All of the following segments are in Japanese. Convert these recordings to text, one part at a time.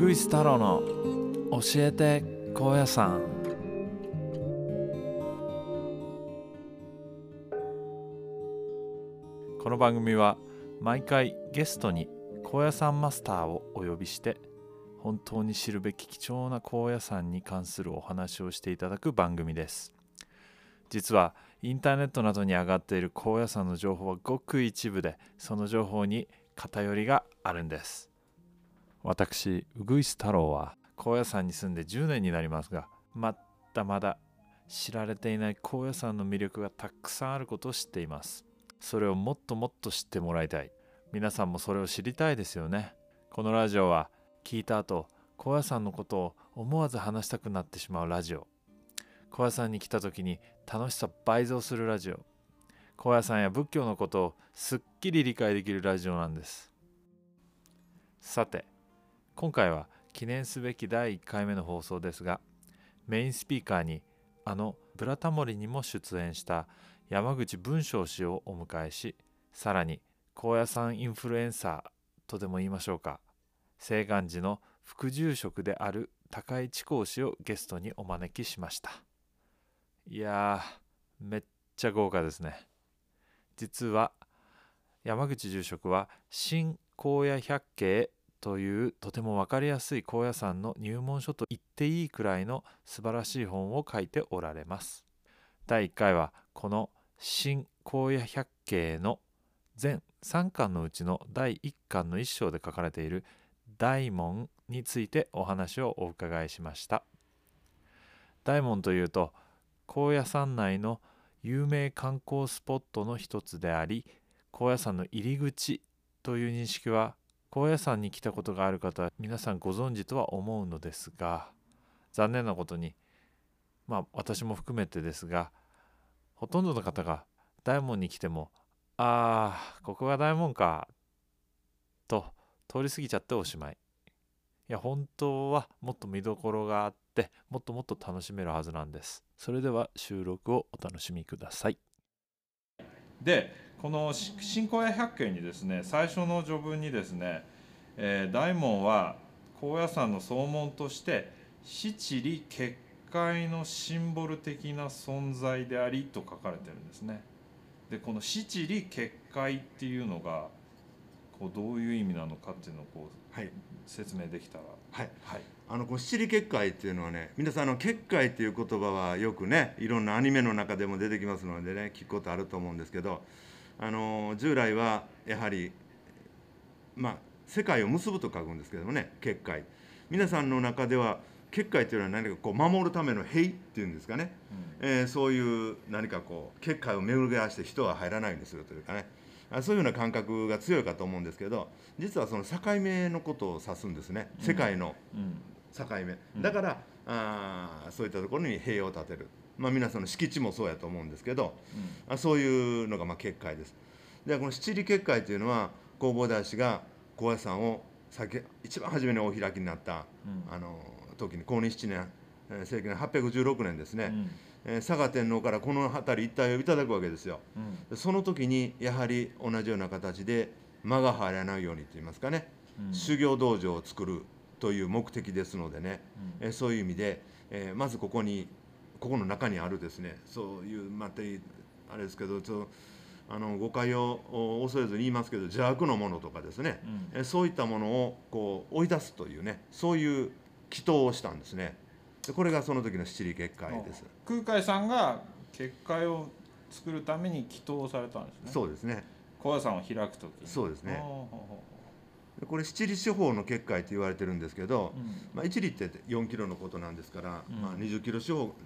井太郎の教えて高野山。この番組は毎回ゲストに高野山マスターをお呼びして本当に知るべき貴重な高野山に関するお話をしていただく番組です。実はインターネットなどに上がっている高野山の情報はごく一部で、その情報に偏りがあるんです。私、ウグイス太郎は高野山に住んで10年になりますが、まだまだ知られていない高野山の魅力がたくさんあることを知っています。それをもっともっと知ってもらいたい。皆さんもそれを知りたいですよね。このラジオは聞いた後、高野山のことを思わず話したくなってしまうラジオ。高野山に来た時に楽しさ倍増するラジオ。高野山や仏教のことをすっきり理解できるラジオなんです。さて、今回は記念すべき第1回目の放送ですが、メインスピーカーにブラタモリにも出演した山口文章氏をお迎えし、さらに高野山インフルエンサーとでも言いましょうか、清願寺の副住職である高井智光氏をゲストにお招きしました。いやー、めっちゃ豪華ですね。実は山口住職は新高野百景というとても分かりやすい高野山の入門書と言っていいくらいの素晴らしい本を書いておられます。第1回はこの新高野百景の全3巻のうちの第1巻の1章で書かれている大門についてお話をお伺いしました。大門というと高野山内の有名観光スポットの一つであり、高野山の入り口という認識は高野山に来たことがある方は皆さんご存知とは思うのですが、残念なことに私も含めてですが、ほとんどの方が大門に来てもここが大門かと通り過ぎちゃっておしまい。いや、本当はもっと見どころがあってもっともっと楽しめるはずなんです。それでは収録をお楽しみください。で、この新高野百景にですね、最初の序文にですね、大門は高野山の総門として七里結界のシンボル的な存在でありと書かれてるんですね。で、この七里結界っていうのがどういう意味なのかっていうのを説明できたら。 この七里結界っていうのはね、皆さん結界っていう言葉はよくね、いろんなアニメの中でも出てきますのでね、聞くことあると思うんですけど、従来はやはり世界を結ぶと書くんですけどもね、結界。皆さんの中では結界というのは何か守るための塀っていうんですかね、そういう何か結界を巡り合わせて人は入らないようにするというかね、そういうような感覚が強いかと思うんですけど、実はその境目のことを指すんですね。世界の境目、だからそういったところに塀を建てる、皆さんの敷地もそうやと思うんですけど、そういうのが結界です。で、この七里結界というのは弘法大師が高野山を一番初めにお開きになった、時に公認7年、西暦816年ですね、嵯峨天皇からこの辺り一帯をいただくわけですよ。その時にやはり同じような形で魔が入らないようにといいますかね、修行道場を作るという目的ですのでね、そういう意味で、まずここの中にあるですね、そういうあれですけど、誤解を恐れずに言いますけど、邪悪のものとかですね、そういったものを追い出すというね、そういう祈祷をしたんですね。で、これがその時の七里結界です。 空海さんが結界を作るために祈祷をされたんですね。 そうですね。 高野山を開く時に。 そうですね。これ七里四方の結界と言われてるんですけど、1里って4キロのことなんですから、20キロ四方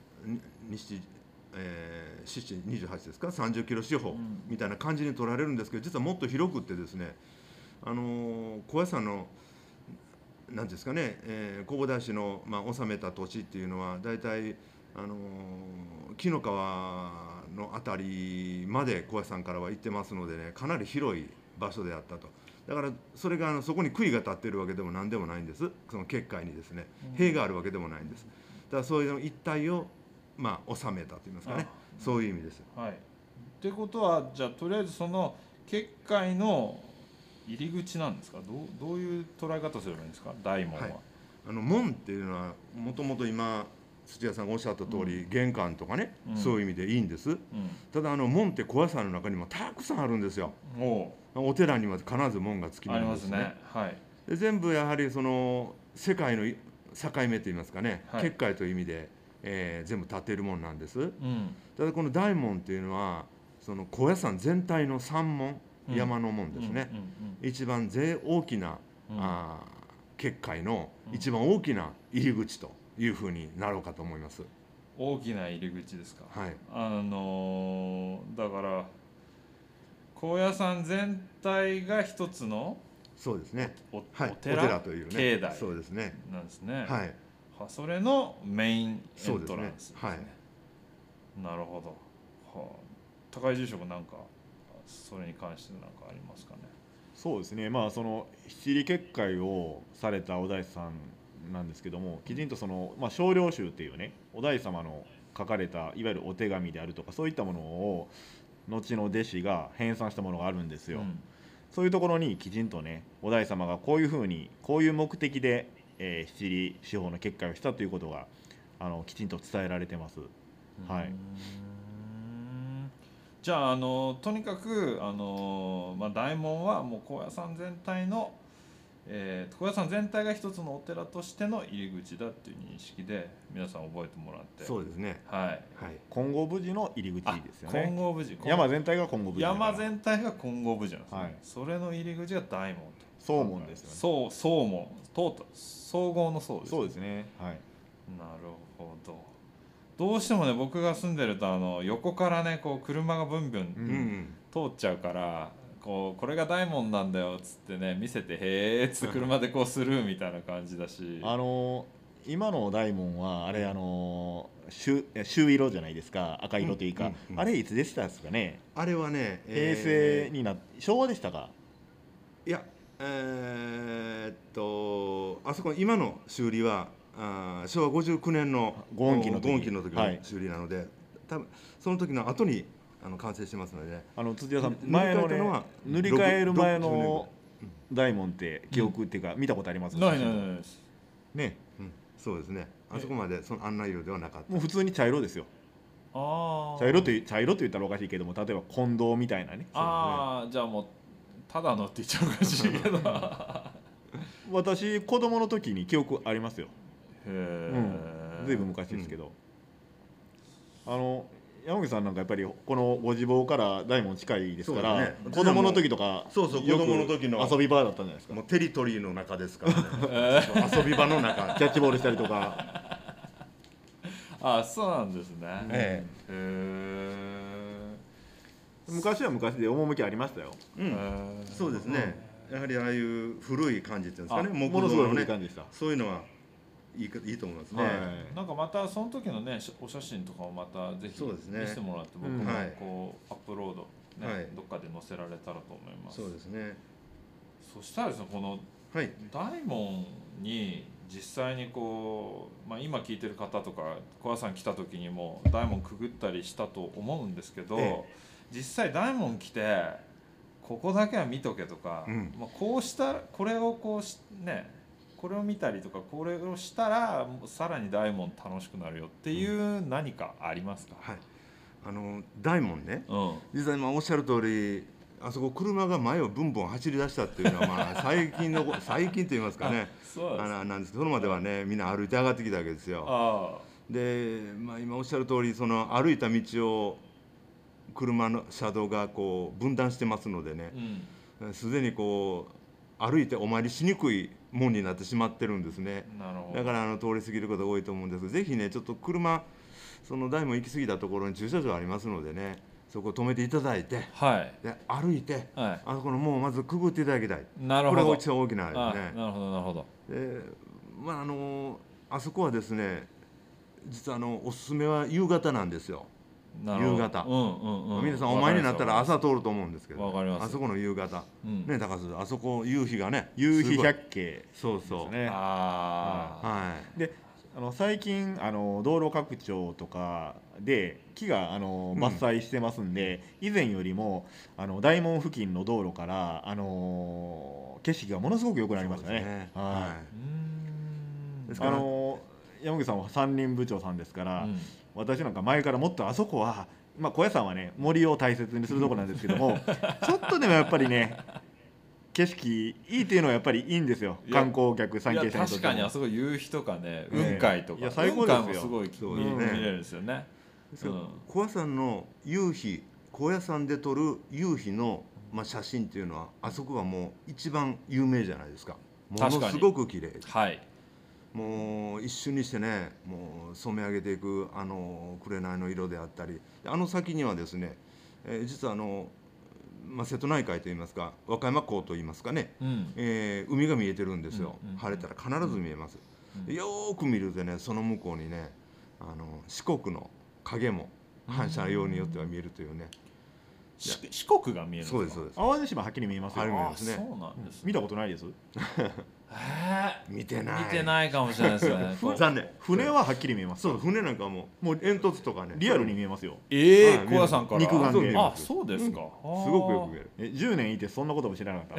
28ですか、30キロ四方みたいな感じに取られるんですけど、実はもっと広くってですね、高野山の何ですかね、弘法大師の治めた土地っていうのは大体紀の川の辺りまで高野山からは行ってますのでね、かなり広い場所であったと。だからそれがそこに杭が立っているわけでも何でもないんです。その結界にですね、塀があるわけでもないんです。だからそういう一帯を治めたといいますかね、そういう意味です。 ってことは、じゃあとりあえずその結界の入り口なんですか。どういう捉え方すればいいんですか、大門は。 門っていうのはもともと今土屋さんがおっしゃった通り、玄関とかね、そういう意味でいいんです。ただ門って高野山の中にもたくさんあるんですよ。お寺には必ず門がつきますね。で全部やはりその世界の境目といいますかね、結界という意味で、全部立っているものなんです。ただこの大門っていうのはその高野山全体の三門、山の門ですね。一番大きな、結界の一番大きな入り口というふうになろうかと思います。 大きな入り口ですか。 はい。 だから高野山全体が一つのそうですね。 お寺、お寺というね。 境内そうですね。 なんですね。 はい。 それのメインエントランスですね。 はい。 なるほど。高井住職なんかそれに関して何かありますかね。 そうですね。まあその七里結界をされたお大師さんなんですけども、きちんとその少量集っていうね、お大師様の書かれたいわゆるお手紙であるとかそういったものを後の弟子が編纂したものがあるんですよ。そういうところにきちんとね、お大師様がこういうふうにこういう目的で、七里四方の結界をしたということがきちんと伝えられてます。はい。 じゃあとにかく大門はもう高野山全体の、高野山全体が一つのお寺としての入り口だっていう認識で皆さん覚えてもらって。 そうですね。 はい。はい。 金剛無寺の入り口ですよね。 金剛無寺。 山全体が金剛無寺。 山全体が金剛無寺なんですね。はい、それの入り口が大門と。 総門ですよね。 総門。総合の総ですね。 そうですね。はい。 なるほど。どうしてもね、僕が住んでると横からねこう車がブンブン通っちゃうから、これが大門なんだよっつってね見せてへーっつって車でこうスルーみたいな感じだし、 今の大門はあれ朱色じゃないですか、赤色というか、あれいつでしたですかね。 あれはね、 平成に昭和でしたか。 いやあそこ今の修理は昭和59年のご恩期の時の修理なので、多分その時の後に完成してますので、 土屋さん前のね塗り替える前の大門って記憶っていうか見たことあります？ ないですね。 そうですね。あそこまであんな色ではなかった。 もう普通に茶色ですよ。茶色と言ったらおかしいけども、例えば金堂みたいなね。 じゃあもうただのって言っちゃおかしいけど私子供の時に記憶ありますよ。ずいぶん昔ですけど、山口さんなんかやっぱりこのご自房から大門近いですから、ね、子供の時とか子供の時の遊び場だったんじゃないですか。 もうテリトリーの中ですからね遊び場の中キャッチボールしたりとかそうなんですね。 昔は昔で趣ありましたよ。 そうですね。やはりああいう古い感じっていうんですかね、 ものすごい古い感じでした。 そういうのはいいと思いますね。 なんかまたその時のねお写真とかをまたぜひ見せてもらって、僕もこうアップロードねどっかで載せられたらと思います。 そうですね。 そしたらですね、この大門に実際にこう今聞いてる方とか小屋さん来た時にも大門くぐったりしたと思うんですけど、実際大門来てここだけは見とけとか、こうしたこれをこうねこれを見たりとかこれをしたらさらに大門楽しくなるよっていう何かありますか？ 大門ね、実際おっしゃる通りあそこ車が前をブンブン走り出したっていうのは最近と言いますかねなんですけど、それまではねみんな歩いて上がってきたわけですよ。で、今おっしゃる通りその歩いた道を車の車道がこう分断してますのでね、すでにこう歩いてお参りしにくい門になってしまってるんですね。だから通り過ぎる方が多いと思うんですけど、ぜひねちょっと車その大門行き過ぎたところに駐車場ありますのでね、そこを止めていただいて、で歩いて、あそこの門をまずくぐっていただきたい。これが一番大きなあれですね。 なるほどなるほど。 であそこはですね実はおすすめは夕方なんですよ。夕方、皆さんお前になったら朝通ると思うんですけど、あそこの夕方、ね高須あそこ夕日がね夕日百景、 そうそうね。で最近道路拡張とかで木が伐採してますんで、以前よりも大門付近の道路から景色がものすごく良くなりましたね。 ですから山口さんは三人部長さんですから、私なんか前からもっとあそこは、高野山はね森を大切にするところなんですけどもちょっとでもやっぱりね景色いいっていうのはやっぱりいいんですよ、観光客参係者にとっても。 確かにあそこ夕日とかね、雲海とか、 いや最高ですよ、 雲海もすごい見れるんですよね。 高野山の夕日、高野山で撮る夕日の、写真っていうのはあそこがもう一番有名じゃないですか。ものすごく綺麗、 はい、 もう一瞬にしてね、もう染め上げていく紅の色であったり、先にはですね、実は瀬戸内海といいますか和歌山港といいますかね、海が見えてるんですよ。晴れたら必ず見えます。よーく見るとね、その向こうにね四国の影も反射用によっては見えるというね。 四国が見えるんですか。 そうですそうです。 淡路島はっきり見えますよ。 見えますね。 そうなんです。 見たことないです。 見てない。 見てないかもしれないですね。 残念。 船ははっきり見えます。 そう、船なんかもう煙突とかね。 リアルに見えますよ。 高野山から。 肉眼で。 あ、そうですか。 すごくよく見える。 10年いてそんなことも知らなかった。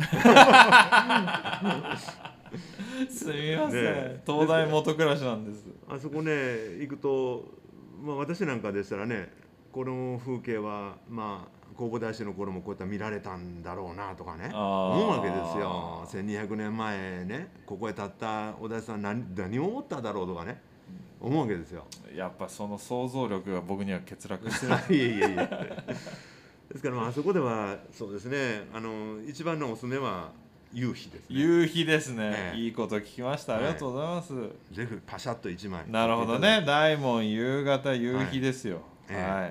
すみません。東大元暮らしなんです。 あそこね行くと、私なんかでしたらね、この風景は弘法大師の頃もこうやって見られたんだろうなとかね思うわけですよ。1200年前ねここへ立ったお大師さん何を思っただろうとかね思うわけですよ。 やっぱその想像力が僕には欠落してる。 いえいえいえ。ですからあそこではそうですね、一番のおすすめは夕日ですね。 夕日ですね。いいこと聞きました。ありがとうございます。 ぜひパシャッと一枚。 なるほどね。大門夕方夕日ですよ。はい。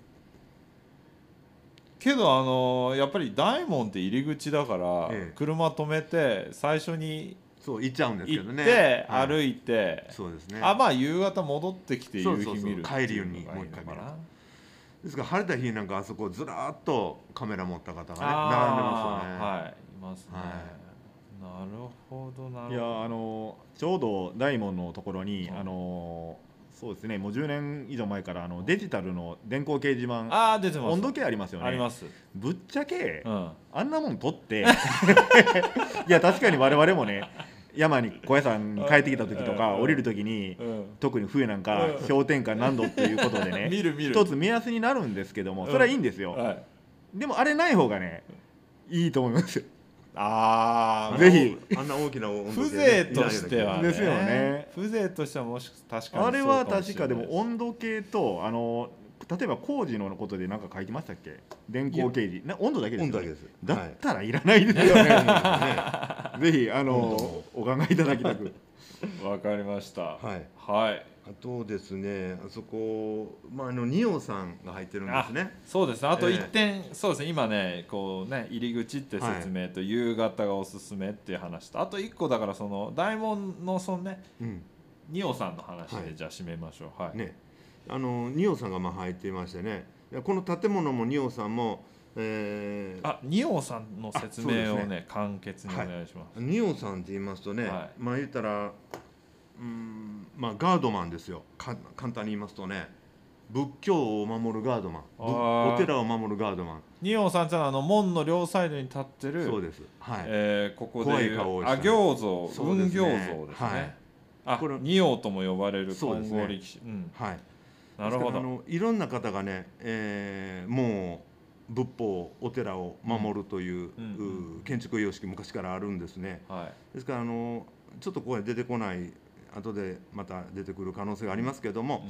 けどやっぱり大門って入り口だから、車止めて最初にそう行っちゃうんですけどね。 行って歩いて、 そうですね。 夕方戻ってきて夕日見る帰りにもう一回見る。ですから晴れた日なんかあそこずらっとカメラ持った方がね並んでますよね。 はい、いますね。なるほどなるほど。 いやちょうど大門のところにそうですね、もう10年以上前からデジタルの電光掲示板、 出てます。 温度計ありますよね。 あります。 ぶっちゃけ、あんなもん取っていや確かに我々もね山に高野山に帰ってきた時とか降りる時に、特に冬なんか氷点下何度っていうことでね一つ目安になるんですけども、それはいいんですよ。でもあれない方がねいいと思いますよ。ぜひあんな大きな温度計風情としてはですよね。 風情としてはもし確かにあれは確かでも温度計と例えば工事のことで何か書いてましたっけ、電光掲示温度だけですよね。だったらいらないですよね。ぜひお考えいただきたく。 わかりました。 はい。あとですね、あそこ仁王さんが入ってるんですね。 そうですね。あと1点、そうですね。今ねこうね入り口って説明と夕方がおすすめっていう話と、あと1個だからその大門のそのね仁王さんの話でじゃあ締めましょう。はい。 ね、仁王さんが入っていましてね、この建物も仁王さんも仁王さんの説明をね簡潔にお願いします。 仁王さんって言いますとね、言ったらガードマンですよ。簡単に言いますとね、仏教を守るガードマン、お寺を守るガードマン。 仁王さんってのは門の両サイドに立ってる、 そうです。 ここでいう阿行像、雲行像ですね。仁王とも呼ばれる金剛力士。なるほど。 いろんな方がね、もう仏法お寺を守るという建築様式昔からあるんですね。ですからちょっとここへ出てこない後でまた出てくる可能性がありますけども、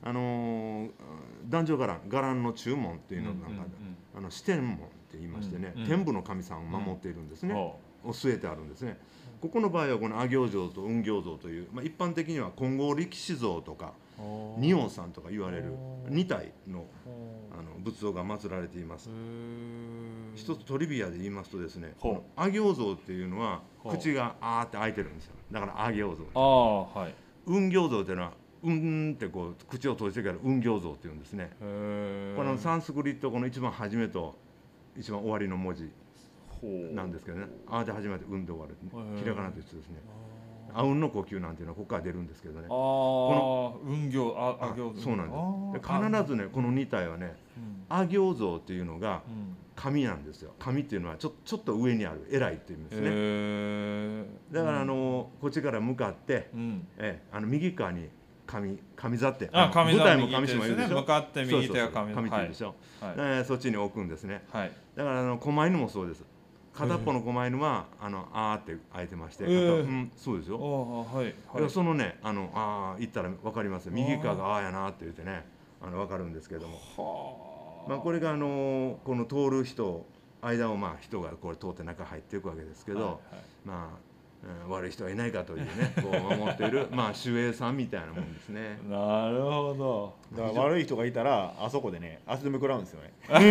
壇上伽藍の中門っていうのが四天門って言いましてね、天部の神さんを守っているんですね。を据えてあるんですね。ここの場合はこの阿行像と雲行像という、一般的には金剛力士像とか仁王さんとか言われる2体の仏像が祀られています。一つトリビアで言いますとですね、阿行像っていうのは口があーって開いてるんですよ。だから阿行像。雲行像っていうのはってこう口を閉じてから雲行像っていうんですね。このサンスクリット語の一番初めと一番終わりの文字なんですけどね、あーで始まってで終わる、ひらがなと一緒ですね。あうんの呼吸なんていうのはここから出るんですけどね。 この雲行、あ行そうなんです。必ずねこの2体はね、 阿行像っていうのがうん神なんですよ。神っていうのはちょっと上にある偉いっていう意味ですね。だからこっちから向かって、 うん右側に神座って神座舞台も神様いるでしょ。 向かって右手が神神って言うでしょ。そっちに置くんですね。 はいだから狛犬もそうです。片っぽの狛犬はあーって開いてまして、そうですよ。そのねあー言ったら分かりますよ。右側があーやなって言ってね分かるんですけども、これがこの通る間を人がこれ通って中入っていくわけですけど、悪い人はいないかというねこう思っている守衛さんみたいなもんですね。 なるほど。 だから悪い人がいたらあそこでね足止め食らうんですよね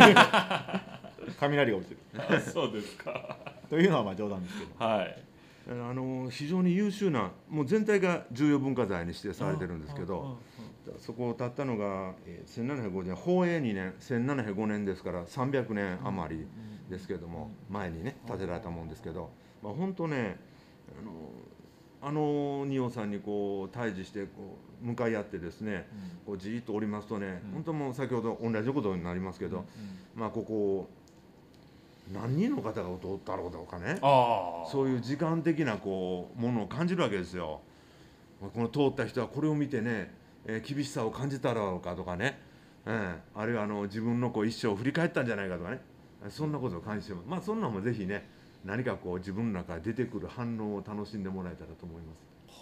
雷が落ちるそうですか。 というのは冗談ですけど、 はい。 非常に優秀なもう全体が重要文化財に指定されてるんですけど、そこを建ったのが1750年、宝永2年1705年ですから300年余りですけども、前にね建てられたもんですけど、本当ね仁王さんにこう対峙してこう向かい合ってですね、こうじーっとおりますとね、本当もう先ほど同じことになりますけど、ここ何人の方が通ったろうとかね、そういう時間的なこうものを感じるわけですよ。この通った人はこれを見てね、厳しさを感じたろうかとかね、あるいは自分のこう一生を振り返ったんじゃないかとかね、そんなことを感じてます。そんなのもぜひね何かこう自分の中で出てくる反応を楽しんでもらえたらと思います。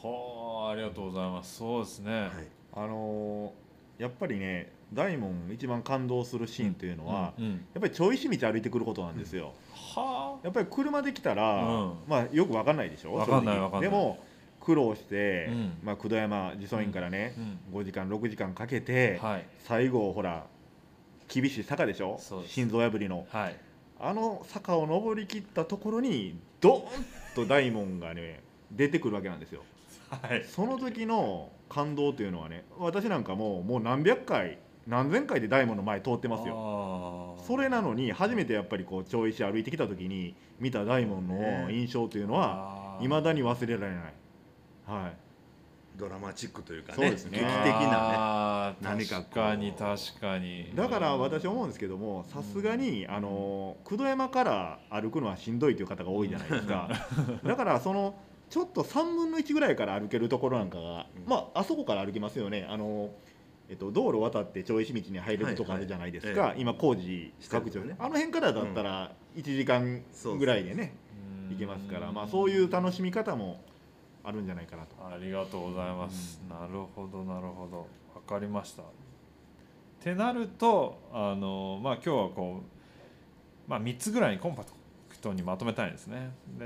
はあ、ありがとうございます。そうですね。 やっぱりね大門一番感動するシーンというのは、 やっぱりちょい道歩いてくることなんですよ。やっぱり車で来たら、よく分かんないでしょ。 分かんない。 でも苦労して、九度山地蔵院からね、5時間6時間かけて、最後ほら厳しい坂でしょ、心臓破りの、坂を登りきったところにドーンと大門がね出てくるわけなんですよ。その時の感動というのはね、私なんかもう何百回何千回で大門の前通ってますよ。それなのに初めてやっぱりこう町石歩いてきた時に見た大門の印象というのは未だに忘れられない。 ドラマチックというかね、 そうですね、 劇的なね、 何か確かに確かに。 だから私思うんですけども、さすがに九度山から歩くのはしんどいという方が多いじゃないですかだからちょっと3分の1ぐらいから歩けるところなんかが、あそこから歩きますよね。道路渡って町石道に入れるとこあるじゃないですか、今工事拡張ね、あの辺からだったら1時間ぐらいでね行けますから、そういう楽しみ方もあるんじゃないかなと。 ありがとうございます。なるほどなるほど、分かりました。ってなると今日はこう、3つぐらいにコンパクトにまとめたいんですね。で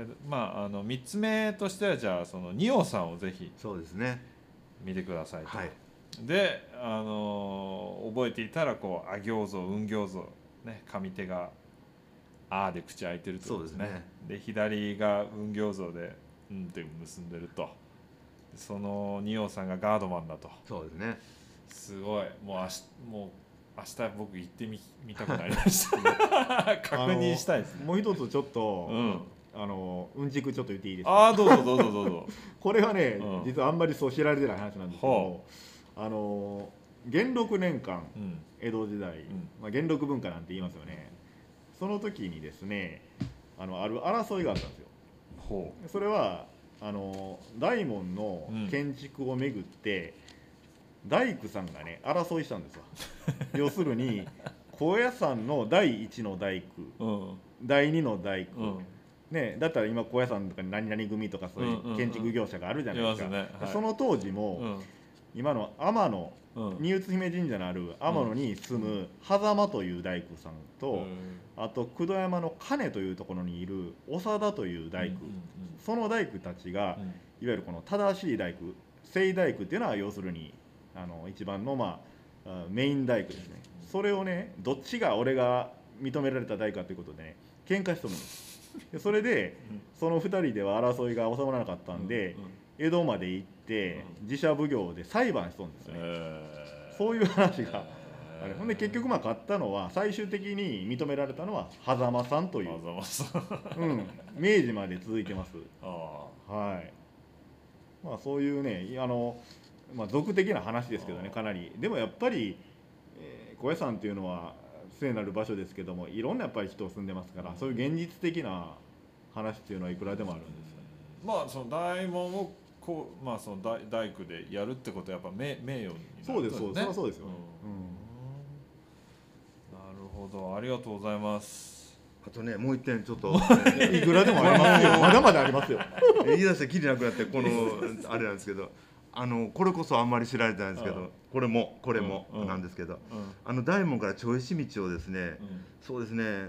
3つ目としてはじゃあその仁王さんをぜひそうですね見てくださいと。で覚えていたらこう阿行像運行像ね、上手があーで口開いてるということですね。で左が運行像でって結んでると、その仁王さんがガードマンだと。 そうですね。 すごい。もう明日僕行ってみたくなりました確認したいですね。 もう一つちょっと、うんちくちょっと言っていいですか。どうぞどうぞどうぞこれはね、実はあんまりそう知られてない話なんですけど、元禄年間、江戸時代、元禄文化なんて言いますよね。その時にですねある争いがあったんですよ。それは大門の建築をめぐって、大工さんがね争いしたんですよ要するに高野山の第1の大工、第2の大工、だったら今高野山とかに何々組とかそういう建築業者があるじゃないですか。その当時も、今の天野新内姫神社のある天野に住む狭間という大工さんと、あと九度山の金というところにいる長田という大工、その大工たちが、いわゆるこの正しい大工、正大工っていうのは要するに一番のメイン大工ですね。それをねどっちが俺が認められた大工かということでね喧嘩しとるんです。それでその2人では争いが収まらなかったんで、江戸まで行って寺社奉行で裁判しとるんですよね。そういう話があれ。ほんで結局勝ったのは、最終的に認められたのは狭間さんという明治まで続いてます。そういうね俗的な話ですけどね、かなり。でもやっぱり高野山っていうのは聖なる場所ですけども、いろんなやっぱり人住んでますから、そういう現実的な話っていうのはいくらでもあるんですよ。 まあその大門をこう、まあその大工でやるってことはやっぱ名誉になるそうです、そうです、そりゃそうですよ。 なるほど、ありがとうございます。 あとねもう一点ちょっといくらでもありますよ。まだまだありますよ。 言い出してきりなくなってこのあれなんですけど、これこそあんまり知られてないんですけど、これもなんですけど、大門から長石道をですね、そうですね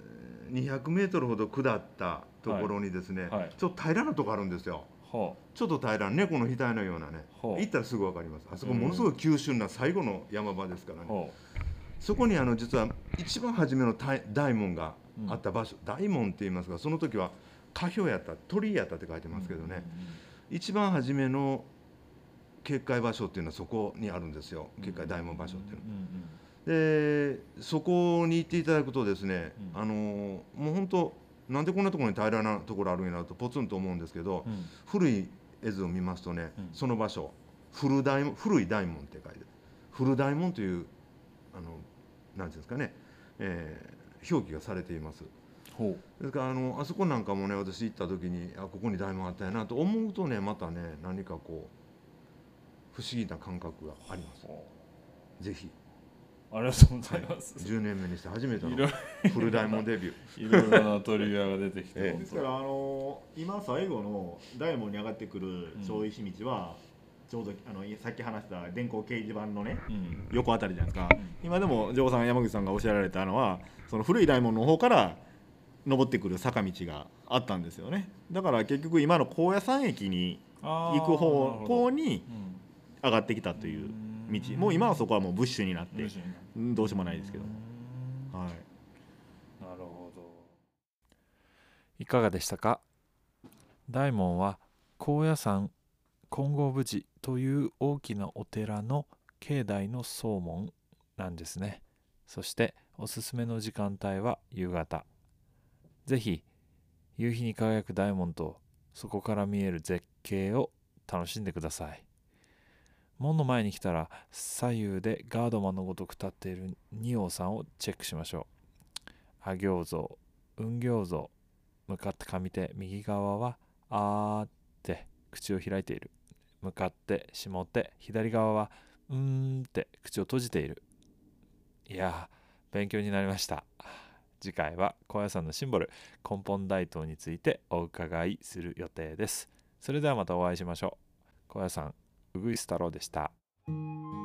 200メートルほど下ったところにですね、ちょっと平らなとこあるんですよ。ちょっと平らね、この額のようなね、行ったらすぐ分かります。あそこものすごい急峻な最後の山場ですからね。そこに実は一番初めの大門があった場所、大門って言いますが、その時は花標やった、鳥居やったって書いてますけどね、一番初めの結界場所っていうのはそこにあるんですよ。結界大門場所っていうの。でそこに行っていただくとですね、もう本当なんでこんなところに平らなところあるんやなとポツンと思うんですけど、古い絵図を見ますとね、その場所古い大門って書いてある。古大門というなんていうんですかね、表記がされています。ですからあそこなんかもね、私行った時にここに大門あったやなと思うとね、またね何かこう不思議な感覚があります。ぜひ。 ありがとうございます。 10年目にして初めてのフル大門デビュー。 いろいろなトリビアが出てきて、 ですから今最後の大門に上がってくる長石道は、ちょうどさっき話した電光掲示板のね、横あたりじゃないですか。今でも城さん、山口さんがおっしゃられたのは、その古い大門の方から登ってくる坂道があったんですよね。だから結局今の高野山駅に行く方向に上がってきたという道、もう今はそこはもうブッシュになってどうしようもないですけど、はい。 なるほど。いかがでしたか。大門は高野山金剛峯寺という大きなお寺の境内の総門なんですね。そしておすすめの時間帯は夕方。ぜひ夕日に輝く大門とそこから見える絶景を楽しんでください。門の前に来たら左右でガードマンのごとく立っている仁王さんをチェックしましょう。阿行像、雲行像、向かって上手、右側はあーって口を開いている。向かって下手、左側はって口を閉じている。いやー、勉強になりました。次回は高野山のシンボル、根本大塔についてお伺いする予定です。それではまたお会いしましょう。高野山うぐいす太郎でした。